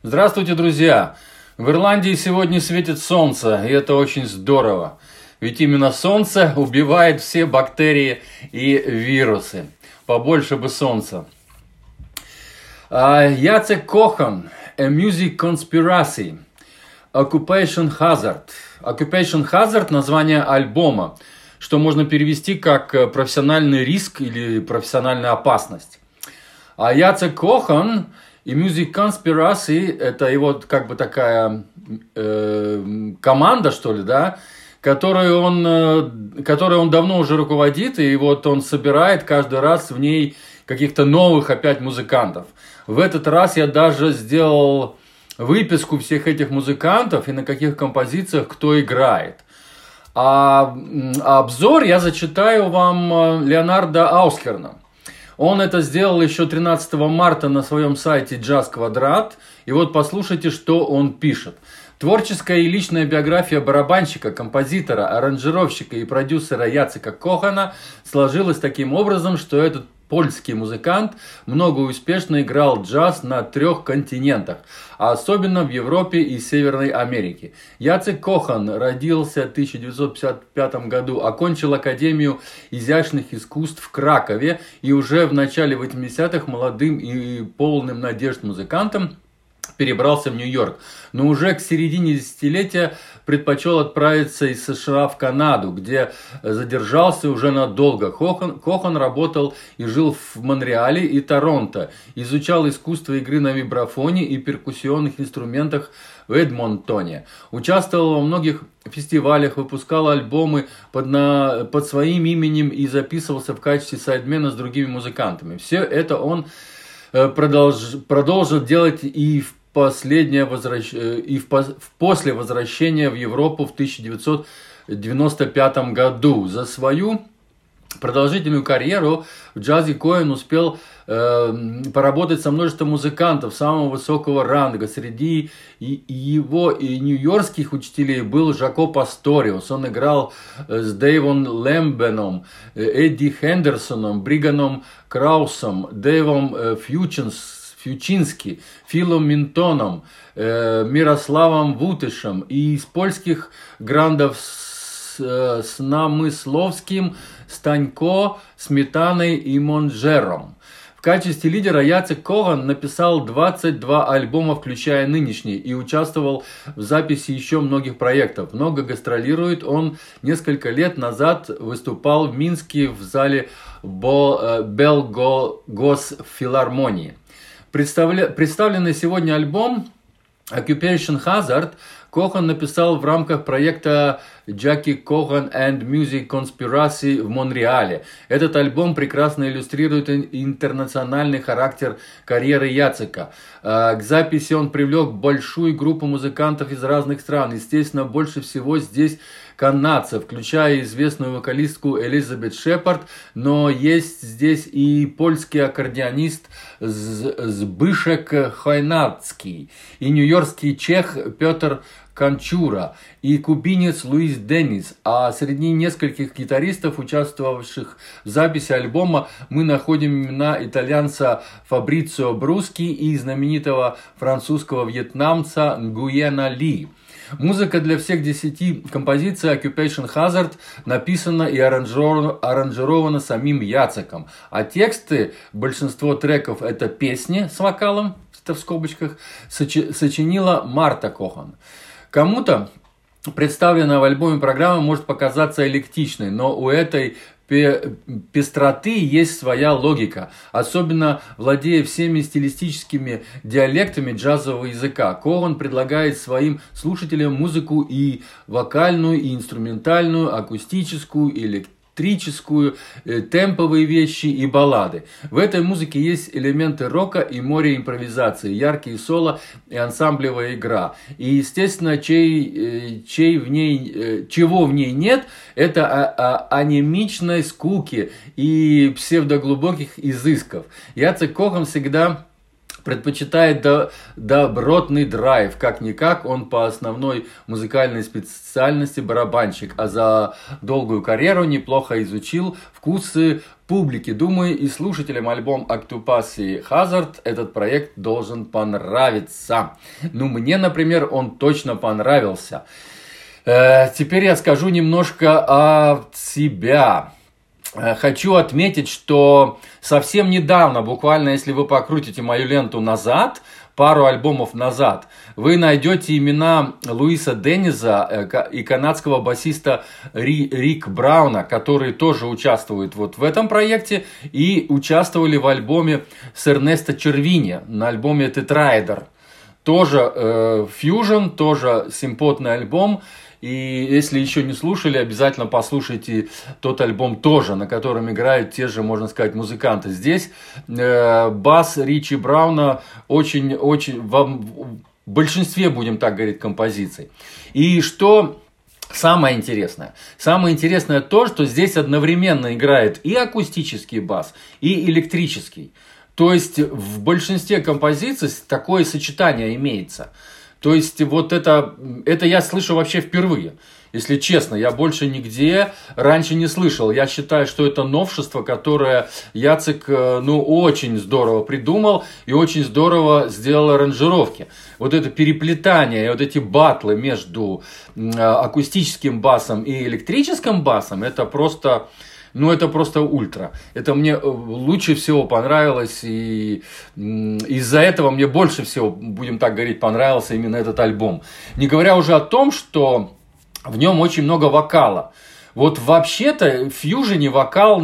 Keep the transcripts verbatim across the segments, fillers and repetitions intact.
Здравствуйте, друзья! В Ирландии сегодня светит солнце, и это очень здорово. Ведь именно солнце убивает все бактерии и вирусы. Побольше бы солнца. Яцек Кохан, A Music Conspiracy, Occupation Hazard. Occupation Hazard – название альбома, что можно перевести как профессиональный риск или профессиональная опасность. А Яцек Кохан и Music Conspiracy – это его как бы такая э, команда, что ли, да, которую он, э, которой он давно уже руководит, и вот он собирает каждый раз в ней каких-то новых опять музыкантов. В этот раз я даже сделал выписку всех этих музыкантов и на каких композициях кто играет. А, а обзор я зачитаю вам Леонарда Аускерна. Он это сделал еще тринадцатого марта на своем сайте Jazz Quadrat. И вот послушайте, что он пишет. Творческая и личная биография барабанщика, композитора, аранжировщика и продюсера Яцека Кохана сложилась таким образом, что этот польский музыкант много успешно играл джаз на трех континентах, а особенно в Европе и Северной Америке. Яцек Кохан родился в тысяча девятьсот пятьдесят пятом году, окончил Академию изящных искусств в Кракове и уже в начале восьмидесятых молодым и полным надежд музыкантом перебрался в Нью-Йорк, но уже к середине десятилетия предпочел отправиться из США в Канаду, где задержался уже надолго. Кохан, Кохан работал и жил в Монреале и Торонто, изучал искусство игры на вибрафоне и перкуссионных инструментах в Эдмонтоне, участвовал во многих фестивалях, выпускал альбомы под, на, под своим именем и записывался в качестве сайдмена с другими музыкантами. Все это он продолж, продолжил делать и в Последнее возвращ... и в... в... после возвращения в Европу в тысяча девятьсот девяносто пятом году. За свою продолжительную карьеру в джазе Коэн успел э, поработать со множеством музыкантов самого высокого ранга. Среди и его и нью-йоркских учителей был Жако Пасториус. Он играл с Дэйвом Лэмбеном, Эдди Хендерсоном, Бриганом Краусом, Дэйвом э, Фьюченс, Фьючински, Филом Минтоном, э, Мирославом Вутышем, и из польских грандов с, э, с Намысловским, Станько, Сметаной и Монжером. В качестве лидера Яцек Кохан написал двадцать два альбома, включая нынешний, и участвовал в записи еще многих проектов. Много гастролирует. Он несколько лет назад выступал в Минске в зале Белгосфилармонии. Представля... Представленный сегодня альбом Occupation Hazard Кохан написал в рамках проекта Jackie Cohan and Music Conspiracy в Монреале. Этот альбом прекрасно иллюстрирует интернациональный характер карьеры Яцека. К записи он привлек большую группу музыкантов из разных стран. Естественно, больше всего здесь канадцев, включая известную вокалистку Элизабет Шепард, но есть здесь и польский аккордеонист Збышек Хойнацкий, и нью-йоркский чех Петр Кончура, и кубинец Луис Деннис. А среди нескольких гитаристов, участвовавших в записи альбома, мы находим имена итальянца Фабрицио Бруски и знаменитого французского вьетнамца Нгуена Ли. Музыка для всех десяти композиций Occupation Hazard написана и аранжирована, аранжирована самим Яцеком. А тексты, большинство треков это песни с вокалом, это в скобочках, сочи, сочинила Марта Кохан. Кому-то представленная в альбоме программа может показаться электичной, но у этой пестроты есть своя логика, особенно владея всеми стилистическими диалектами джазового языка. Кохан предлагает своим слушателям музыку и вокальную, и инструментальную, акустическую, и электрическую, темповые вещи и баллады. В этой музыке есть элементы рока и море импровизации, яркие соло и ансамблевая игра. И, естественно, чей, чей в ней, чего в ней нет, это анемичной скуки и псевдоглубоких изысков. Яцек Кохан всегда предпочитает до, добротный драйв. Как-никак он по основной музыкальной специальности барабанщик, а за долгую карьеру неплохо изучил вкусы публике. Думаю, и слушателям альбом Octopussy Hazard этот проект должен понравиться. Ну, мне, например, он точно понравился. Э, теперь я скажу немножко о себя. Хочу отметить, что совсем недавно, буквально если вы покрутите мою ленту назад, пару альбомов назад, вы найдете имена Луиса Денниза и канадского басиста Ри, Рик Брауна, которые тоже участвуют вот в этом проекте и участвовали в альбоме с Эрнесто Червини, на альбоме Tetraeder. Тоже э, фьюжн, тоже симпотный альбом. И если еще не слушали, обязательно послушайте тот альбом тоже, на котором играют те же, можно сказать, музыканты. Здесь э, бас Ричи Брауна очень-очень в большинстве, будем так говорить, композиций. И что самое интересное? Самое интересное то, что здесь одновременно играет и акустический бас, и электрический. То есть в большинстве композиций такое сочетание имеется. То есть вот это, это я слышу вообще впервые. Если честно, я больше нигде раньше не слышал. Я считаю, что это новшество, которое Яцек, ну, очень здорово придумал и очень здорово сделал аранжировки. Вот это переплетание, вот эти батлы между акустическим басом и электрическим басом, это просто... Ну, это просто ультра. Это мне лучше всего понравилось. И из-за этого мне больше всего, будем так говорить, понравился именно этот альбом. Не говоря уже о том, что в нем очень много вокала. Вот вообще-то в фьюжене вокал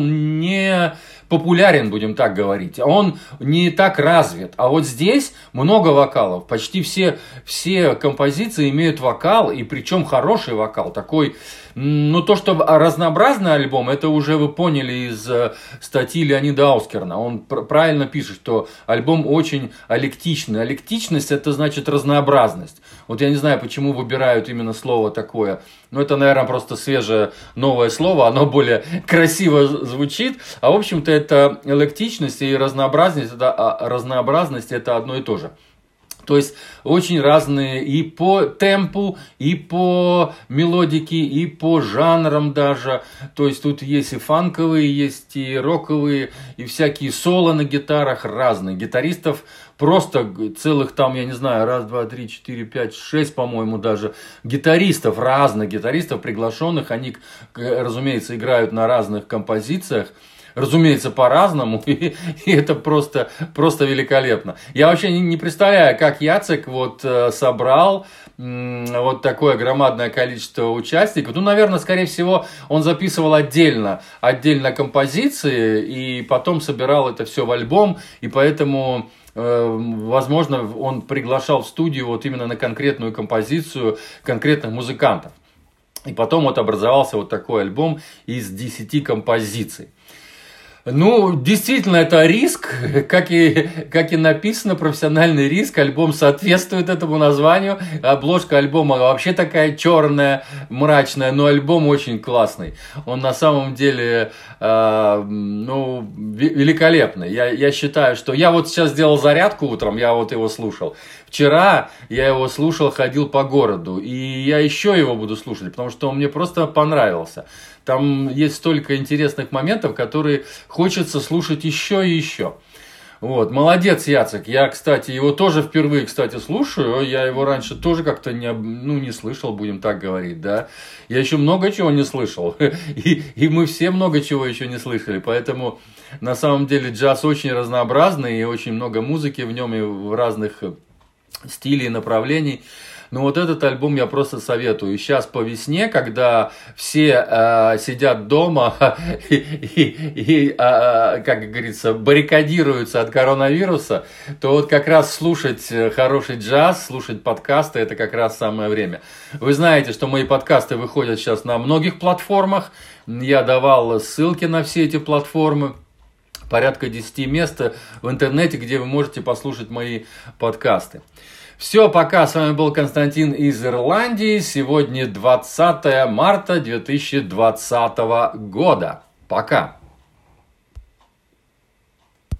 не популярен, будем так говорить. Он не так развит. А вот здесь много вокалов. Почти все, все композиции имеют вокал. И причем хороший вокал. Такой... Ну, то, что разнообразный альбом, это уже вы поняли из статьи Леонида Аускерна. Он правильно пишет, что альбом очень алектичный. Алектичность – это значит разнообразность. Вот я не знаю, почему выбирают именно слово такое. Но это, наверное, просто свежее новое слово. Оно более красиво звучит. А, в общем-то, это электичность и разнообразность. Это, а разнообразность – это одно и то же. То есть очень разные и по темпу, и по мелодике, и по жанрам даже. То есть тут есть и фанковые, есть и роковые, и всякие соло на гитарах разные. Гитаристов просто целых там, я не знаю, раз, два, три, четыре, пять, шесть, по-моему, даже гитаристов, разных гитаристов приглашенных. Они, разумеется, играют на разных композициях. Разумеется, по-разному, и, и это просто, просто великолепно. Я вообще не, не представляю, как Яцек вот, э, собрал м, вот такое громадное количество участников. Ну, наверное, скорее всего, он записывал отдельно, отдельно композиции, и потом собирал это все в альбом, и поэтому... Возможно, он приглашал в студию вот именно на конкретную композицию конкретных музыкантов. И потом вот образовался вот такой альбом из десяти композиций. Ну, действительно, это риск, как и, как и написано, профессиональный риск. Альбом соответствует этому названию. Обложка альбома вообще такая черная, мрачная, но альбом очень классный. Он на самом деле, э, ну, великолепный. Я, я считаю, что... Я вот сейчас сделал зарядку утром, я вот его слушал. Вчера я его слушал, ходил по городу, и я еще его буду слушать, потому что он мне просто понравился. Там есть столько интересных моментов, которые хочется слушать еще и еще. Вот, молодец, Яцек. Я, кстати, его тоже впервые, кстати, слушаю. Я его раньше тоже как-то не, ну, не слышал, будем так говорить, да. Я еще много чего не слышал. И, и мы все много чего еще не слышали. Поэтому, на самом деле, джаз очень разнообразный, и очень много музыки в нем, и в разных стилей и направлений. Но вот этот альбом я просто советую. И сейчас по весне, когда все э, сидят дома и, и, и э, как говорится, баррикадируются от коронавируса, то вот как раз слушать хороший джаз, слушать подкасты, это как раз самое время. Вы знаете, что мои подкасты выходят сейчас на многих платформах. Я давал ссылки на все эти платформы. Порядка десяти мест в интернете, где вы можете послушать мои подкасты. Все, пока. С вами был Константин из Ирландии. Сегодня двадцатое марта две тысячи двадцатого года. Пока.